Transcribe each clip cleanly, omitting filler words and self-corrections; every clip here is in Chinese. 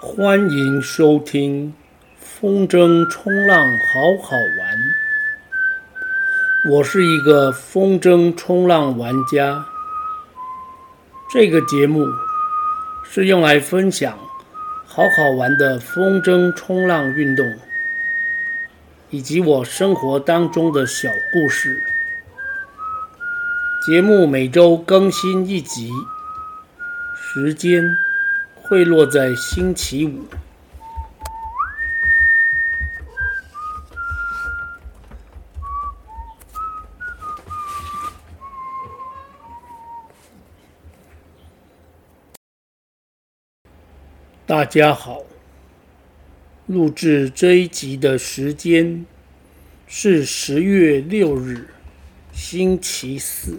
欢迎收听风筝冲浪好好玩。我是一个风筝冲浪玩家。这个节目是用来分享好好玩的风筝冲浪运动，以及我生活当中的小故事。节目每周更新一集，时间会落在星期五。大家好，录制这一集的时间是10月6日，星期四。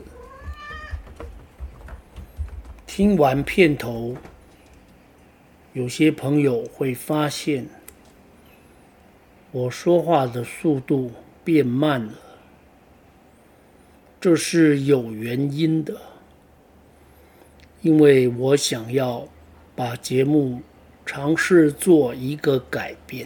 听完片头，有些朋友会发现我说话的速度变慢了，这是有原因的，因为我想要把节目尝试做一个改变，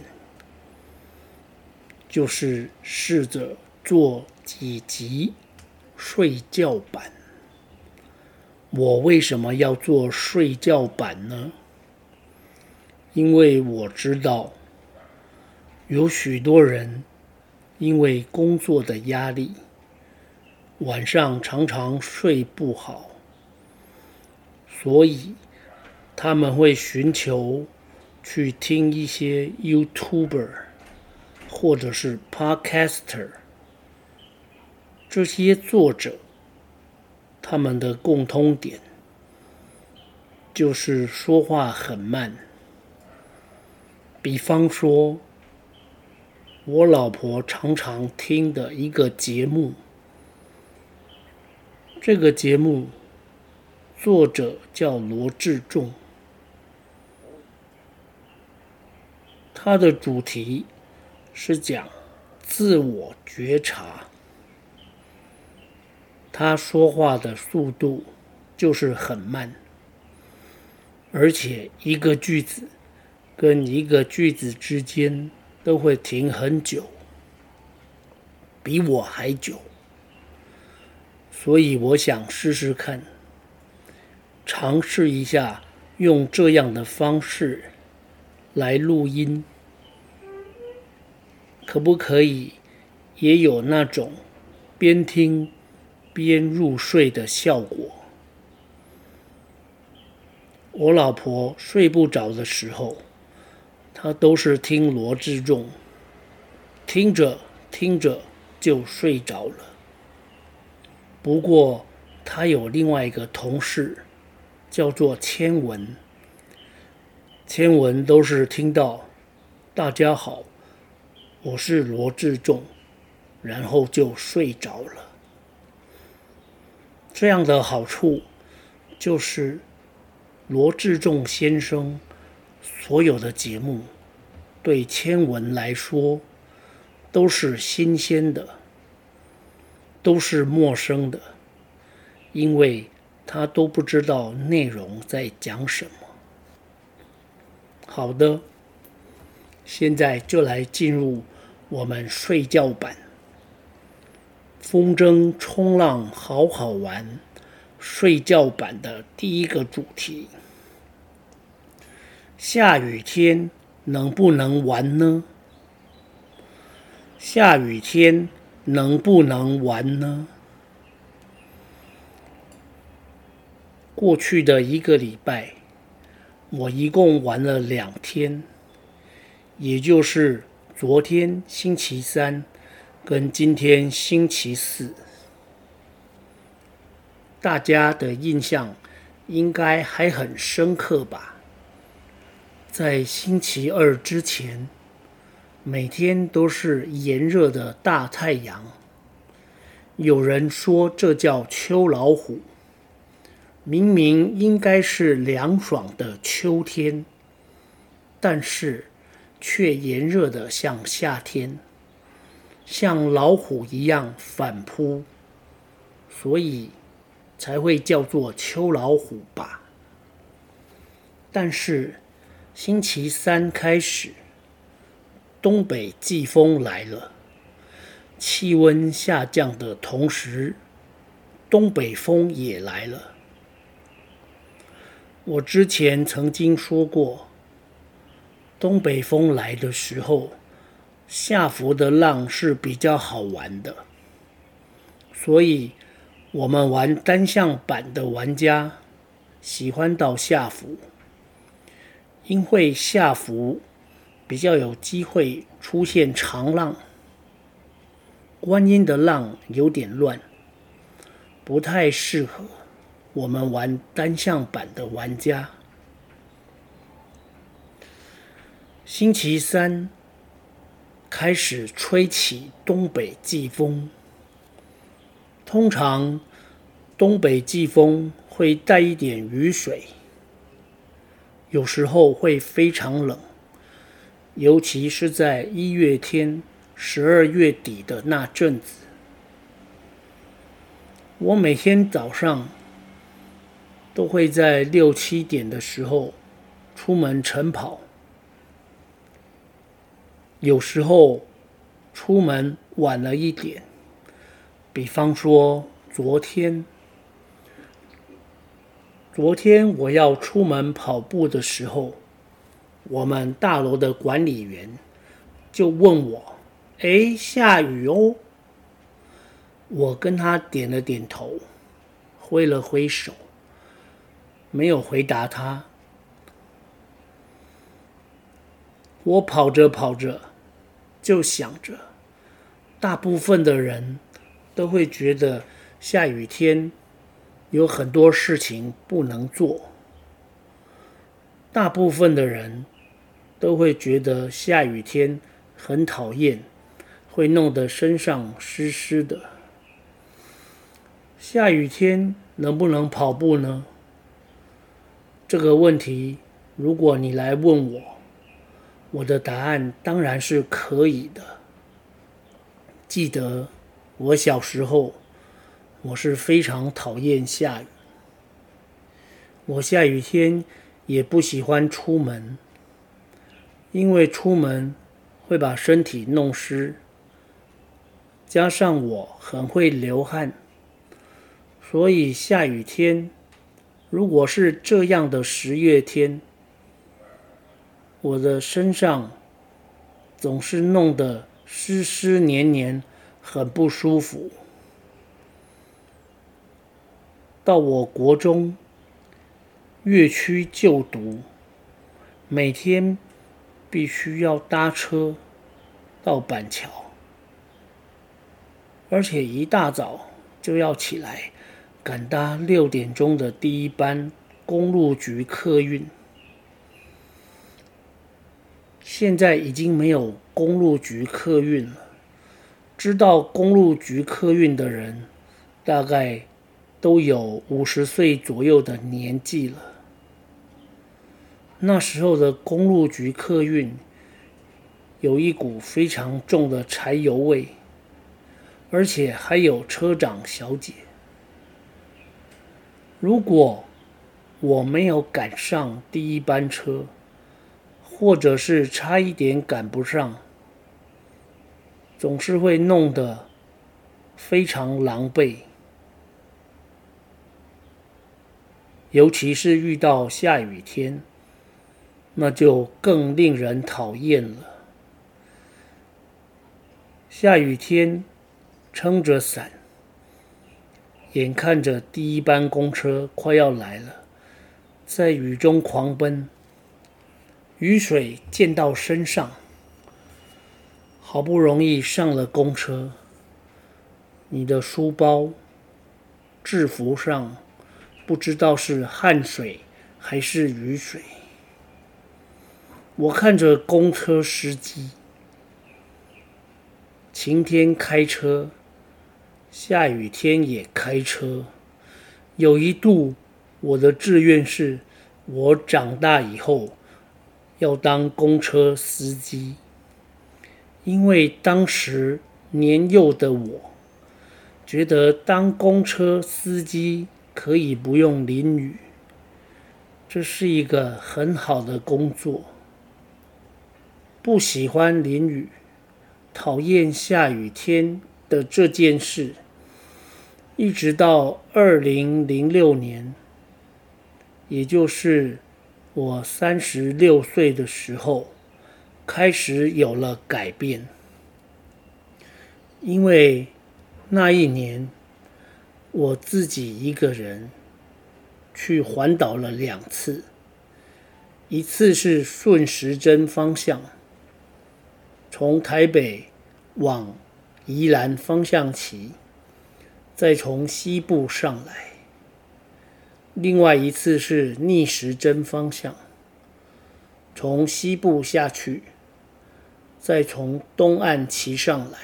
就是试着做几集睡觉版。我为什么要做睡觉版呢？因为我知道有许多人因为工作的压力，晚上常常睡不好，所以他们会寻求去听一些 YouTuber 或者是 Podcaster。这些作者他们的共通点就是说话很慢。比方说，我老婆常常听的一个节目，这个节目作者叫罗志仲，他的主题是讲自我觉察。他说话的速度就是很慢，而且一个句子跟一个句子之间都会停很久，比我还久。所以我想试试看，尝试一下用这样的方式来录音，可不可以也有那种边听边入睡的效果？我老婆睡不着的时候，她都是听罗志仲，听着听着就睡着了。不过她有另外一个同事叫做千文，千文都是听到大家好，我是罗志仲，然后就睡着了。这样的好处就是罗志仲先生所有的节目对千文来说都是新鲜的，都是陌生的，因为他都不知道内容在讲什么。好的，现在就来进入我们睡觉版。风筝冲浪好好玩，睡觉版的第一个主题：下雨天能不能玩呢？下雨天能不能玩呢？过去的一个礼拜，我一共玩了2天，也就是昨天星期三跟今天星期四。大家的印象应该还很深刻吧？在星期二之前，每天都是炎热的大太阳。有人说这叫秋老虎，明明应该是凉爽的秋天，但是却炎热的像夏天，像老虎一样反扑，所以才会叫做秋老虎吧。但是星期三开始，东北季风来了，气温下降的同时，东北风也来了。我之前曾经说过，东北风来的时候，下浮的浪是比较好玩的，所以我们玩单向板的玩家喜欢到下浮，因为下浮比较有机会出现长浪，观音的浪有点乱，不太适合我们玩单向板的玩家。星期三开始吹起东北季风，通常东北季风会带一点雨水，有时候会非常冷，尤其是在1月天、12月底的那阵子。我每天早上都会在6、7点的时候出门晨跑，有时候出门晚了一点，比方说昨天我要出门跑步的时候，我们大楼的管理员就问我：下雨哦？我跟他点了点头，挥了挥手，没有回答他。我跑着跑着就想着，大部分的人都会觉得下雨天有很多事情不能做，大部分的人都会觉得下雨天很讨厌，会弄得身上湿湿的。下雨天能不能跑步呢？这个问题，如果你来问我，我的答案当然是可以的。记得我小时候，我是非常讨厌下雨，我下雨天也不喜欢出门，因为出门会把身体弄湿，加上我很会流汗，所以下雨天如果是这样的10月天，我的身上总是弄得湿湿黏黏，很不舒服。到我国中乐区就读，每天必须要搭车到板桥，而且一大早就要起来赶搭6点钟的第一班公路局客运。现在已经没有公路局客运了，知道公路局客运的人大概都有50岁左右的年纪了。那时候的公路局客运有一股非常重的柴油味，而且还有车长小姐。如果我没有赶上第一班车，或者是差一点赶不上，总是会弄得非常狼狈。尤其是遇到下雨天，那就更令人讨厌了。下雨天撑着伞，眼看着第一班公车快要来了，在雨中狂奔，雨水溅到身上，好不容易上了公车，你的书包、制服上不知道是汗水还是雨水。我看着公车司机，晴天开车，下雨天也开车。有一度，我的志愿是，我长大以后要当公车司机，因为当时年幼的我，觉得当公车司机可以不用淋雨， 这是一个很好的工作。不喜欢淋雨，讨厌下雨天的这件事，一直到2006年，也就是我36岁的时候，开始有了改变。因为那一年，我自己一个人去环岛了2次，一次是顺时针方向，从台北往宜兰方向骑，再从西部上来；另外一次是逆时针方向，从西部下去，再从东岸骑上来。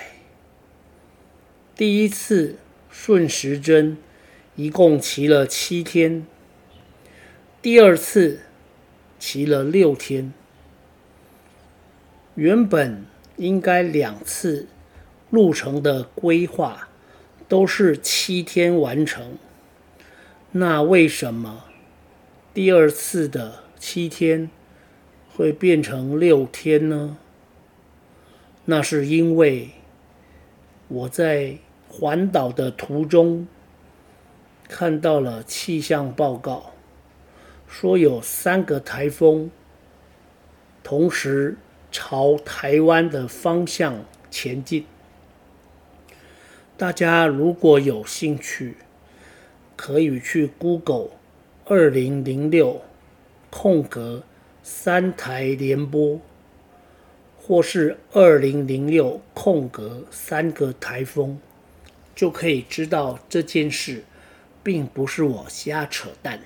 第一次顺时针一共骑了7天，第二次骑了6天。原本应该2次路程的规划都是7天完成，那为什么第二次的7天会变成6天呢？那是因为我在环岛的途中看到了气象报告，说有3个台风同时朝台湾的方向前进。大家如果有兴趣，可以去 Google 2006 3台联播，或是2006 3个台风，就可以知道这件事并不是我瞎扯淡。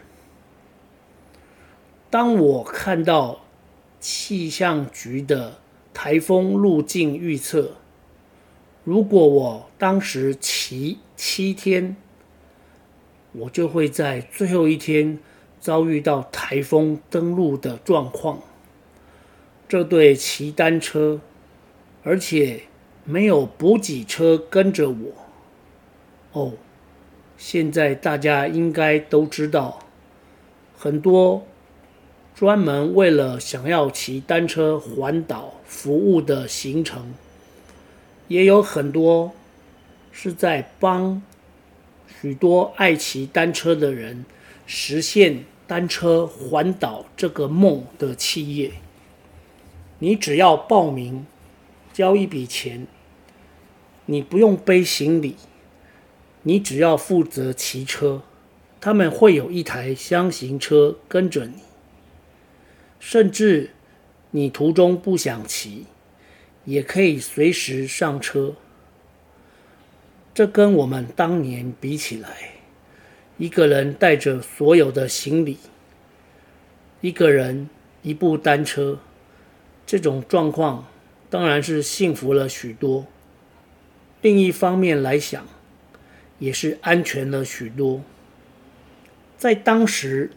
当我看到气象局的台风路径预测，如果我当时骑7天，我就会在最后一天遭遇到台风登陆的状况。这对骑单车，而且没有补给车跟着我。现在大家应该都知道，很多专门为了想要骑单车环岛服务的行程，也有很多是在帮许多爱骑单车的人实现单车环岛这个梦的企业。你只要报名，交一笔钱，你不用背行李，你只要负责骑车，他们会有一台箱型车跟着你。甚至你途中不想骑，也可以随时上车。这跟我们当年比起来，一个人带着所有的行李，一个人一部单车，这种状况当然是幸福了许多。另一方面来想，也是安全了许多。在当时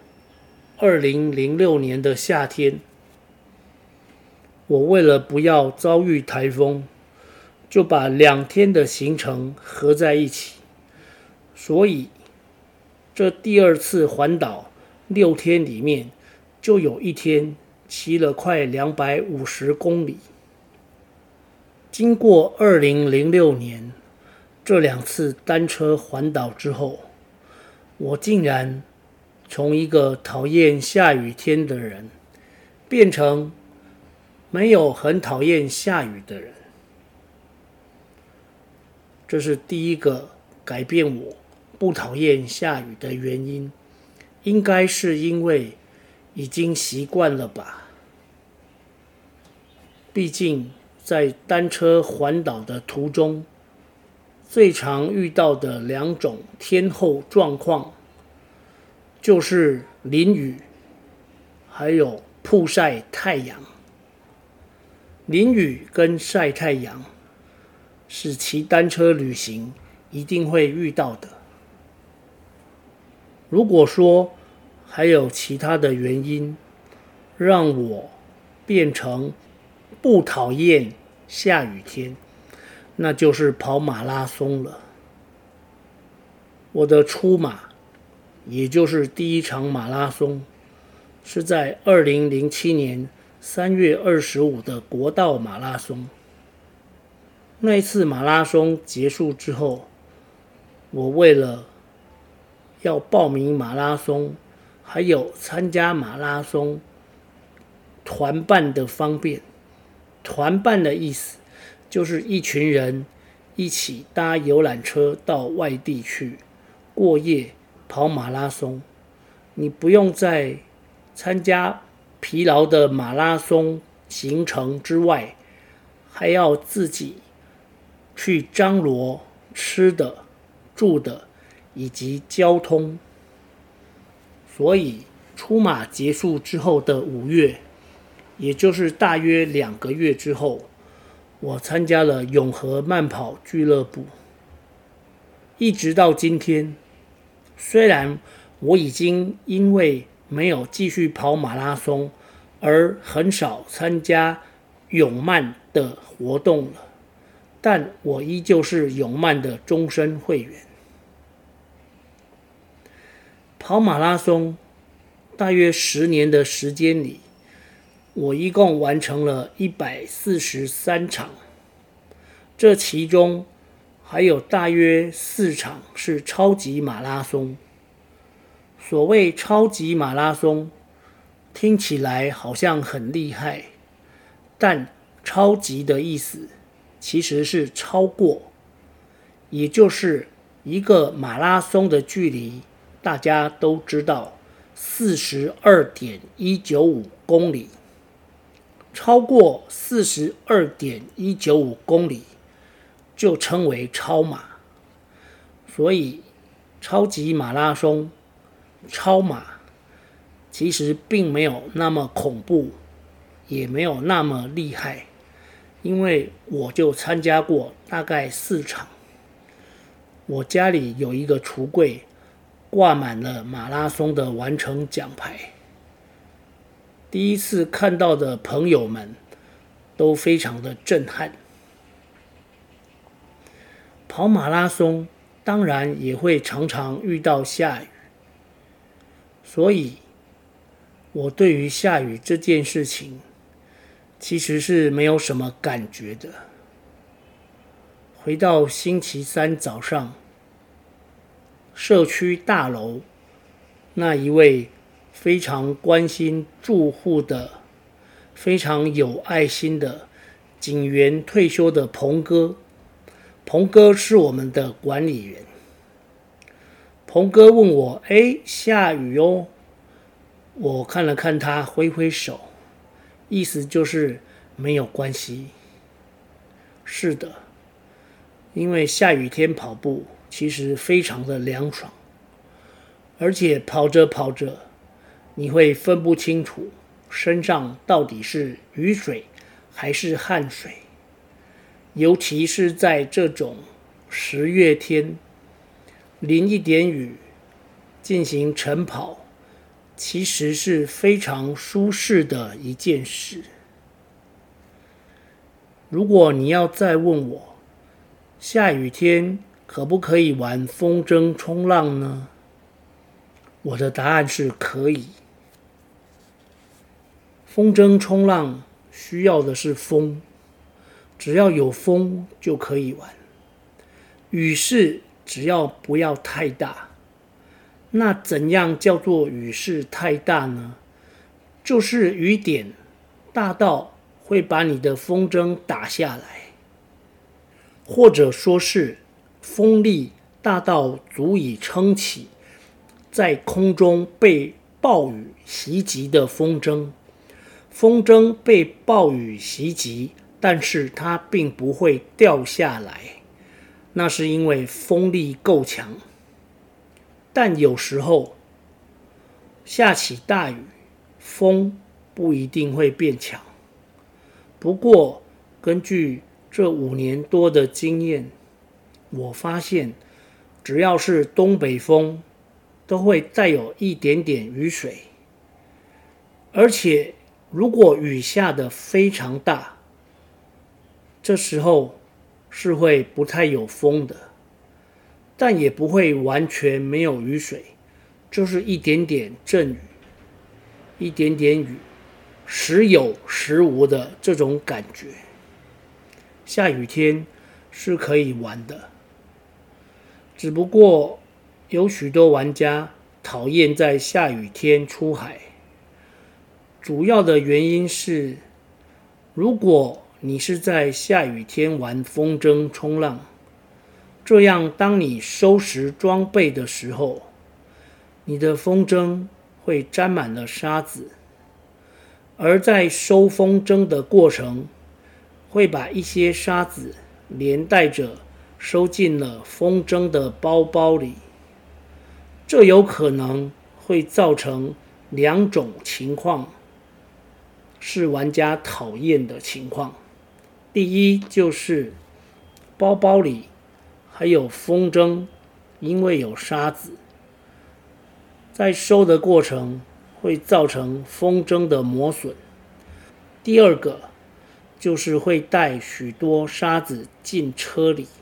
2006年的夏天，我为了不要遭遇台风，就把2天的行程合在一起，所以这第二次环岛6天里面，就有1天骑了快250公里。经过2006年这2次单车环岛之后，我竟然从一个讨厌下雨天的人，变成没有很讨厌下雨的人。这是第一个改变我不讨厌下雨的原因，应该是因为已经习惯了吧。毕竟在单车环岛的途中，最常遇到的2种天候状况，就是淋雨，还有曝晒太阳。淋雨跟晒太阳是骑单车旅行一定会遇到的。如果说还有其他的原因让我变成不讨厌下雨天，那就是跑马拉松了。我的初马，也就是第1场马拉松， 是在2007年3月25的国道马拉松。那一次马拉松结束之后，我为了要报名马拉松，还有参加马拉松团办的方便。团办的意思就是一群人一起搭游览车到外地去过夜跑马拉松，你不用在参加疲劳的马拉松行程之外，还要自己去张罗吃的、住的以及交通。所以出马结束之后的5月，也就是大约2个月之后，我参加了永和慢跑俱乐部。一直到今天，虽然我已经因为没有继续跑马拉松而很少参加永慢的活动了，但我依旧是永慢的终身会员。跑马拉松大约10年的时间里，我一共完成了143场，这其中还有大约4场是超级马拉松。所谓超级马拉松，听起来好像很厉害，但超级的意思其实是超过，也就是一个马拉松的距离，大家都知道42.195公里。超过42.195公里就称为超马，所以超级马拉松、超马其实并没有那么恐怖，也没有那么厉害，因为我就参加过大概4场。我家里有一个橱柜，挂满了马拉松的完成奖牌。第一次看到的朋友们都非常的震撼。跑马拉松当然也会常常遇到下雨，所以我对于下雨这件事情其实是没有什么感觉的。回到星期三早上，社区大楼那一位非常关心住户的、非常有爱心的警员退休的鹏哥，鹏哥是我们的管理员。鹏哥问我：下雨哦。我看了看他，挥挥手，意思就是没有关系。是的，因为下雨天跑步其实非常的凉爽，而且跑着跑着你会分不清楚身上到底是雨水还是汗水，尤其是在这种10月天，淋一点雨进行晨跑，其实是非常舒适的一件事。如果你要再问我，下雨天可不可以玩风筝冲浪呢？我的答案是可以。风筝冲浪需要的是风，只要有风就可以玩。雨势只要不要太大。那怎样叫做雨势太大呢？就是雨点大到会把你的风筝打下来，或者说是风力大到足以撑起在空中被暴雨袭击的风筝。风筝被暴雨袭击，但是它并不会掉下来，那是因为风力够强。但有时候下起大雨，风不一定会变强。不过根据这5年多的经验，我发现只要是东北风，都会带有一点点雨水，而且如果雨下得非常大，这时候是会不太有风的，但也不会完全没有雨水，就是一点点阵雨。 一点点雨，时有时无的这种感觉。下雨天是可以玩的，只不过有许多玩家讨厌在下雨天出海，主要的原因是，如果你是在下雨天玩风筝冲浪，这样当你收拾装备的时候，你的风筝会沾满了沙子，而在收风筝的过程，会把一些沙子连带着收进了风筝的包包里。这有可能会造成两种情况，是玩家讨厌的情况。第一就是包包里还有风筝，因为有沙子，在收的过程会造成风筝的磨损。第二个就是会带许多沙子进车里。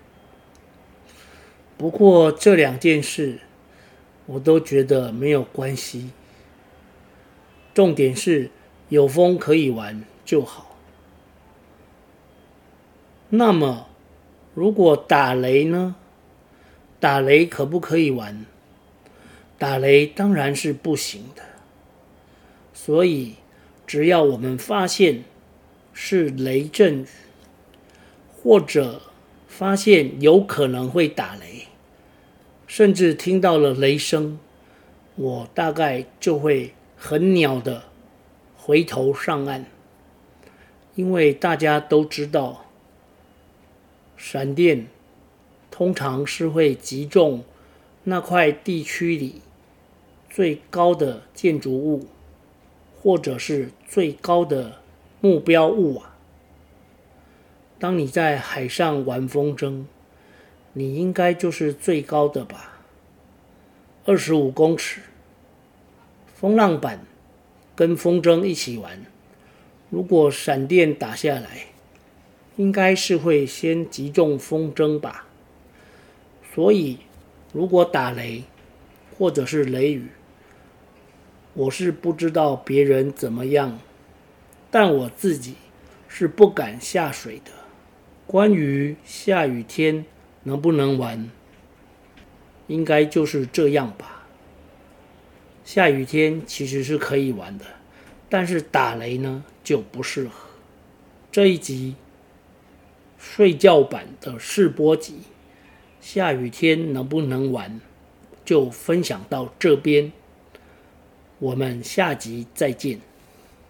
不过这两件事我都觉得没有关系，重点是有风可以玩就好。那么如果打雷呢？打雷可不可以玩？打雷当然是不行的。所以只要我们发现是雷阵雨，或者发现有可能会打雷，甚至听到了雷声，我大概就会很鸟的回头上岸。因为大家都知道，闪电通常是会击中那块地区里最高的建筑物，或者是最高的目标物啊。当你在海上玩风筝，你应该就是最高的吧，25公尺。风浪板跟风筝一起玩，如果闪电打下来，应该是会先击中风筝吧。所以如果打雷或者是雷雨，我是不知道别人怎么样，但我自己是不敢下水的。关于下雨天能不能玩，应该就是这样吧。下雨天其实是可以玩的，但是打雷呢就不适合。这一集睡觉版的试播集，下雨天能不能玩，就分享到这边。我们下集再见。